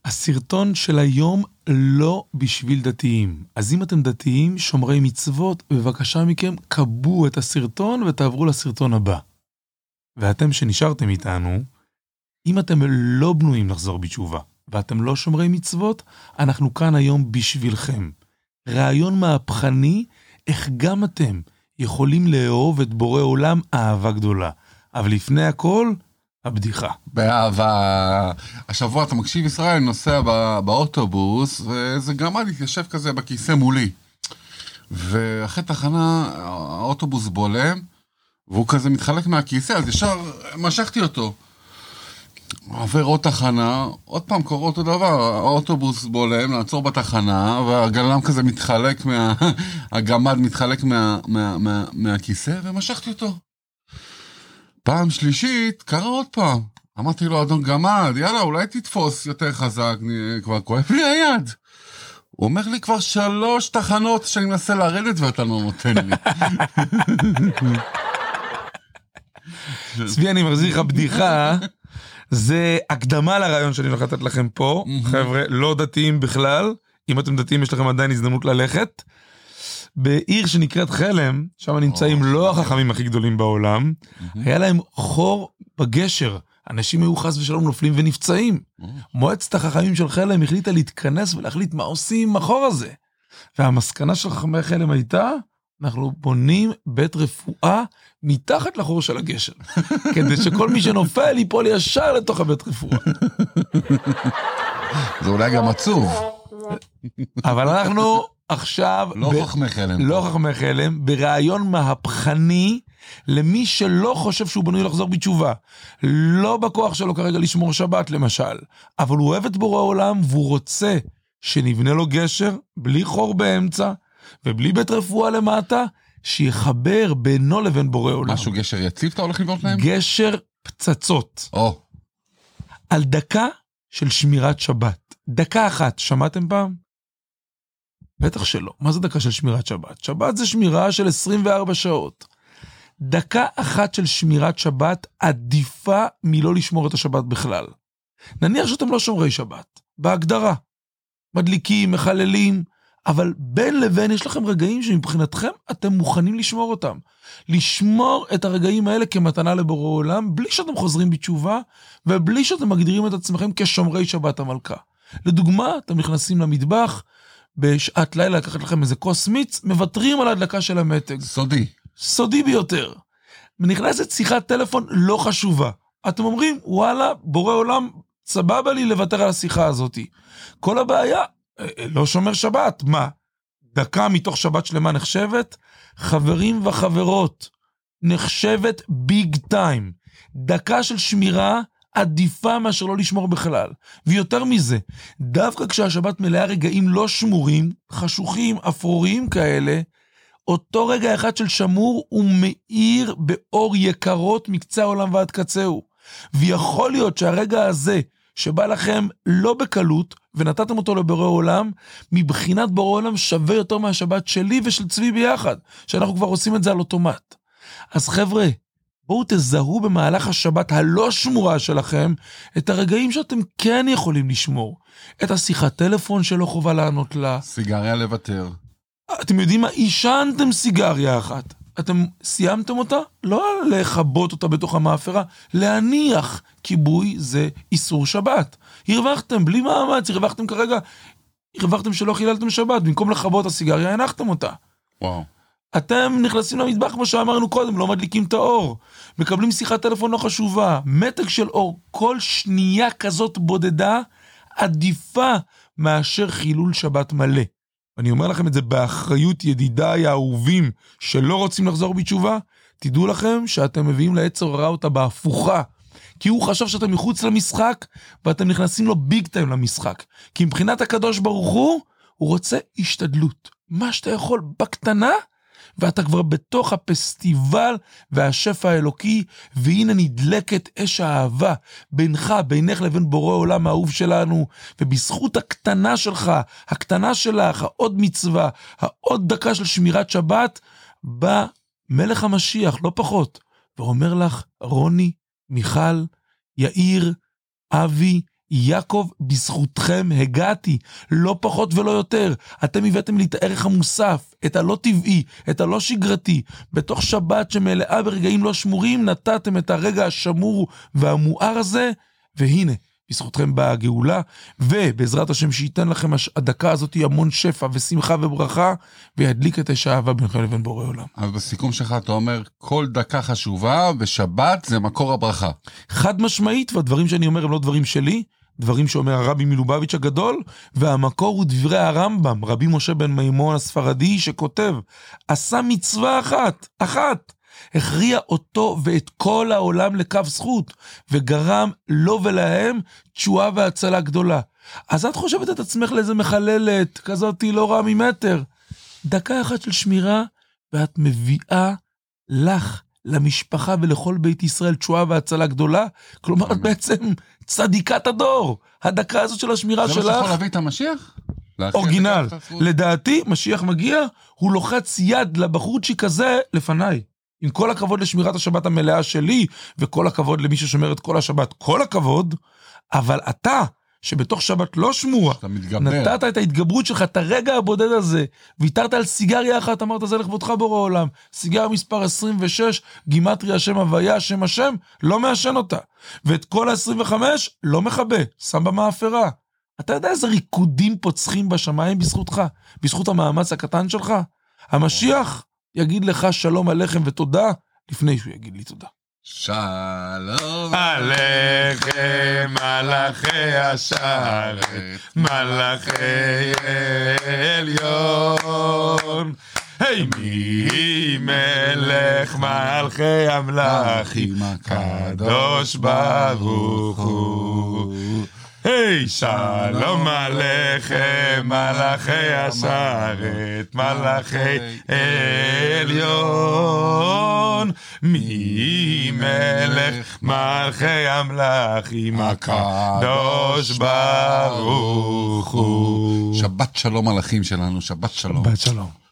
הסרטון של היום לא בשביל דתיים. אז אם אתם דתיים, שומרי מצוות, בבקשה מכם, קבו את הסרטון ותעברו לסרטון הבא. ואתם שנשארתם איתנו, אם אתם לא בנויים לחזור בתשובה, ואתם לא שומרי מצוות, אנחנו כאן היום בשבילכם. רעיון מהפכני, איך גם אתם יכולים לאהוב את בורא עולם אהבה גדולה. אבל לפני הכל, הבדיחה. באהבה, השבוע אתה מקשיב ישראל, נוסע באוטובוס, וזה גמד התיישב כזה בכיסא מולי. ואחרי תחנה, האוטובוס בולם, והוא כזה מתחלק מהכיסא, אז ישר משכתי אותו. עובר עוד תחנה, עוד פעם קורה אותו דבר, האוטובוס בולם, לעצור בתחנה, והגלם כזה מתחלק הגמד מתחלק מהכיסא, ומשכתי אותו. פעם שלישית, קרה עוד פעם. אמרתי לו, אדון גמד, יאללה, אולי תתפוס יותר חזק, כבר כואב לי היד. הוא אומר לי כבר 3 תחנות שאני מנסה לרדת ואתה לא נותן לי. צבי, אני מחזיר לך בדיחה, זה הקדמה לרעיון שאני הולך לתת לכם פה, חבר'ה, לא דתיים בכלל, אם אתם דתיים יש לכם עדיין הזדמנות ללכת, בעיר שנקראת חלם, שם נמצאים לא החכמים הכי גדולים בעולם, היה להם חור בגשר, אנשים היו חס ושלום נופלים ונפצעים, מועצת החכמים של חלם החליטה להתכנס ולהחליט מה עושים עם החור הזה, והמסקנה של חכמי חלם הייתה, אנחנו בונים בית רפואה מתחת לחור של הגשר, כדי שכל מי שנופל ייפול ישר לתוך הבית רפואה. זה אולי גם עצוב. אבל אנחנו עכשיו לא חכמי חלם. לא חכמי חלם, ברעיון מהפכני למי שלא חושב שהוא בנוי לחזור בתשובה. לא בכוח שלו כרגע לשמור שבת למשל, אבל הוא אוהב את בורא עולם והוא רוצה שנבנה לו גשר בלי חור באמצע, ובלי בית רפואה למטה, שיחבר בינו לבין בורא עולם. משהו גשר יציב אתה הולך לבנות להם? גשר פצצות. על דקה של שמירת שבת. דקה אחת, שמעתם פעם? בטח שלא. מה זה דקה של שמירת שבת? שבת זה שמירה של 24 שעות. דקה אחת של שמירת שבת עדיפה מלא לשמור את השבת בכלל. נניח שאתם לא שומרי שבת, בהגדרה. מדליקים, מחללים, אבל בין לבין יש לכם רגעים שמבחינתכם אתם מוכנים לשמור אותם. לשמור את הרגעים האלה כמתנה לבורא עולם, בלי שאתם חוזרים בתשובה, ובלי שאתם מגדירים את עצמכם כשומרי שבת המלכה. לדוגמה, אתם נכנסים למטבח, בשעת לילה לקחת לכם איזה כוס מיץ, מוותרים על ההדלקה של המתג. סודי. סודי ביותר. נכנסת שיחת טלפון לא חשובה. אתם אומרים, וואלה, בורא עולם, סבבה לי לוותר על השיחה הזאת. כל הבעיה, לא שומר שבת, מה? דקה מתוך שבת שלמה נחשבת? חברים וחברות, נחשבת ביג טיים. דקה של שמירה עדיפה מאשר לא לשמור בכלל. ויותר מזה, דווקא כשהשבת מלאה רגעים לא שמורים, חשוכים, אפרוריים כאלה, אותו רגע אחד של שמור הוא מאיר באור יקרות מקצה העולם ועד קצהו. ויכול להיות שהרגע הזה, שבא לכם לא בקלות, ונתתם אותו לבורא עולם, מבחינת בורא עולם שווה יותר מהשבת שלי ושל צבי ביחד, שאנחנו כבר עושים את זה על אוטומט. אז חבר'ה, בואו תזהו במהלך השבת הלא שמורה שלכם, את הרגעים שאתם כן יכולים לשמור. את השיחת טלפון שלא חובה לענות לה. סיגריה לוותר. אתם יודעים מה? אישנתם סיגריה אחת. אתם סיימתם אותה? לא לחבות אותה בתוך המאפרה, להניח. כיבוי זה איסור שבת. הרווחתם, בלי מאמץ, הרווחתם שלא חיללתם שבת, במקום לחבות הסיגריה, הנחתם אותה. וואו. אתם נכנסים למטבח, כמו שאמרנו קודם, לא מדליקים את האור. מקבלים שיחת טלפון לא חשובה, מתג של אור, כל שנייה כזאת בודדה, עדיפה מאשר חילול שבת מלא. אני אומר לכם את זה באחריות ידידיי האהובים שלא רוצים לחזור בתשובה, תדעו לכם שאתם מביאים ליצר הרע אותה בהפוכה, כי הוא חשב שאתם מחוץ למשחק, ואתם נכנסים לו ביג טיים למשחק, כי מבחינת הקדוש ברוך הוא רוצה השתדלות, מה שאתה יכול בקטנה, ואתה כבר בתוך הפסטיבל והשפע האלוקי, והנה נדלקת אש האהבה בינך לבין בורא עולם האהוב שלנו, ובזכות הקטנה שלך, הקטנה שלך, העוד מצווה, העוד דקה של שמירת שבת, בא מלך המשיח, לא פחות, ואומר לך, רוני, מיכל, יאיר, אבי, יעקב, בזכותכם הגעתי, לא פחות ולא יותר. אתם הבאתם לי את הערך המוסף, את הלא טבעי, את הלא שגרתי. בתוך שבת שמלאה ברגעים לא שמורים, נתתם את הרגע השמור והמואר הזה, והנה, בזכותכם באה הגאולה, ובעזרת השם שייתן לכם הדקה הזאת המון שפע ושמחה וברכה, וידליק את אש האהבה בינכם לבין בורא עולם. אבל בסיכום שלך אתה אומר, כל דקה חשובה, ושבת זה מקור הברכה. חד משמעית, והדברים שאני אומר הם לא דברים שלי, דברים שאומר הרבי מלובביץ' הגדול, והמקור הוא דברי הרמב"ם, רבי משה בן מימון הספרדי, שכותב, עשה מצווה אחת, הכריע אותו ואת כל העולם לקו זכות, וגרם לו ולהם תשועה והצלה גדולה. אז את חושבת את עצמך לאיזה מחללת, כזאת לא רע ממטר. דקה אחת של שמירה, ואת מביאה לך, למשפחה ולכל בית ישראל תשועה והצלה גדולה, כלומר את בעצם צדיקת הדור. הדקה הזאת של השמירה שלך... זה מה שיכול להביא את המשיח? אורגינל. לדעתי, משיח מגיע, הוא לוחץ יד לבחורצ'יק הזה לפניי. עם כל הכבוד לשמירת השבת המלאה שלי, וכל הכבוד למי ששומר את כל השבת, כל הכבוד, אבל אתה, שבתוך שבת לא שמורה, נתת את ההתגברות שלך, את הרגע הבודד הזה, ויתרת על סיגריה אחת, אמרת זה לכבודך בורא עולם, סיגריה מספר 26, גימטריה שם הוויה, שם השם, לא מאשן אותה, ואת כל ה-25 לא מכבה, שם במאפרה. אתה יודע איזה ריקודים פוצחים בשמיים בזכותך, בזכות המאמץ הקטן שלך? המשיח יגיד לך שלום עליכם ותודה, לפני שהוא יגיד לי תודה. שלום עליכם מלאכי השרת, מלאכי עליון, היי מי מלך מלכי המלכים, הקדוש ברוך הוא. היי שלום עליכם מלאכי השרת, מלאכי עליון, מי מלך מלכי המלכים, הקדוש ברוך הוא. שבת שלום מלאכים שלנו, שבת שלום. שבת שלום.